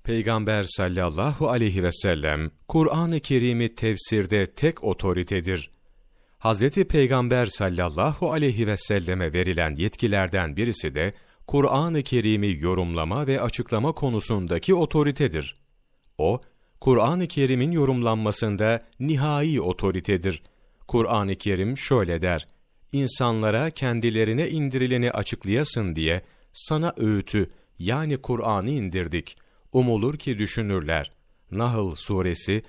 Peygamber sallallahu aleyhi ve sellem, Kur'an-ı Kerim'i tefsirde tek otoritedir. Hazreti Peygamber sallallahu aleyhi ve selleme verilen yetkilerden birisi de, Kur'an-ı Kerim'i yorumlama ve açıklama konusundaki otoritedir. O, Kur'an-ı Kerim'in yorumlanmasında nihai otoritedir. Kur'an-ı Kerim şöyle der: İnsanlara kendilerine indirileni açıklayasın diye sana öğütü, yani Kur'an'ı indirdik. Umulur ki düşünürler. Nahl suresi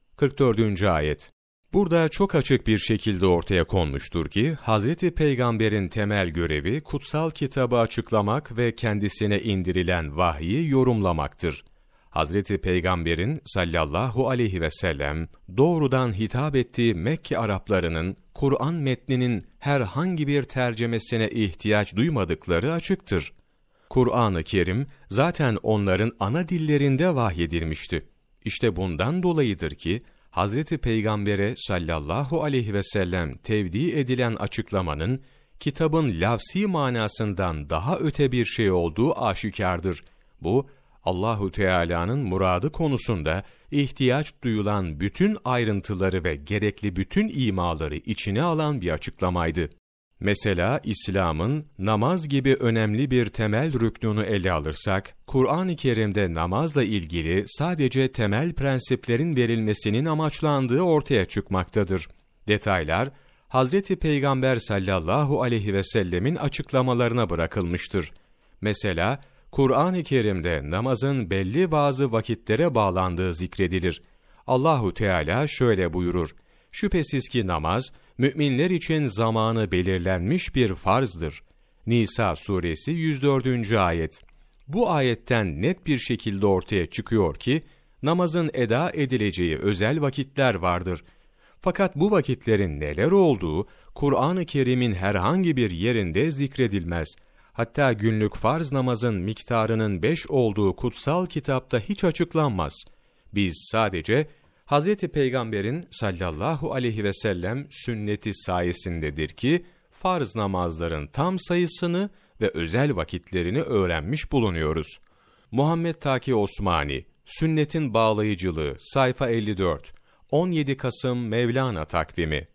44. ayet. Burada çok açık bir şekilde ortaya konmuştur ki, Hazreti Peygamber'in temel görevi, kutsal kitabı açıklamak ve kendisine indirilen vahyi yorumlamaktır. Hazreti Peygamber'in sallallahu aleyhi ve sellem, doğrudan hitap ettiği Mekke Araplarının, Kur'an metninin herhangi bir tercümesine ihtiyaç duymadıkları açıktır. Kur'an-ı Kerim, zaten onların ana dillerinde vahyedilmişti. İşte bundan dolayıdır ki, Hazreti Peygamber'e sallallahu aleyhi ve sellem tevdi edilen açıklamanın, kitabın lafsi manasından daha öte bir şey olduğu aşikardır. Bu, Allahu Teala'nın muradı konusunda ihtiyaç duyulan bütün ayrıntıları ve gerekli bütün imaları içine alan bir açıklamaydı. Mesela İslam'ın namaz gibi önemli bir temel rüknünü ele alırsak, Kur'an-ı Kerim'de namazla ilgili sadece temel prensiplerin verilmesinin amaçlandığı ortaya çıkmaktadır. Detaylar, Hazreti Peygamber sallallahu aleyhi ve sellemin açıklamalarına bırakılmıştır. Mesela, Kur'an-ı Kerim'de namazın belli bazı vakitlere bağlandığı zikredilir. Allahu Teala şöyle buyurur: Şüphesiz ki namaz, müminler için zamanı belirlenmiş bir farzdır. Nisa suresi 104. ayet. Bu ayetten net bir şekilde ortaya çıkıyor ki, namazın eda edileceği özel vakitler vardır. Fakat bu vakitlerin neler olduğu, Kur'an-ı Kerim'in herhangi bir yerinde zikredilmez. Hatta günlük farz namazın miktarının 5 olduğu kutsal kitapta hiç açıklanmaz. Biz sadece Hazreti Peygamber'in sallallahu aleyhi ve sellem sünneti sayesindedir ki, farz namazların tam sayısını ve özel vakitlerini öğrenmiş bulunuyoruz. Muhammed Taki Osmani, Sünnetin Bağlayıcılığı, sayfa 54, 17 Kasım Mevlana takvimi.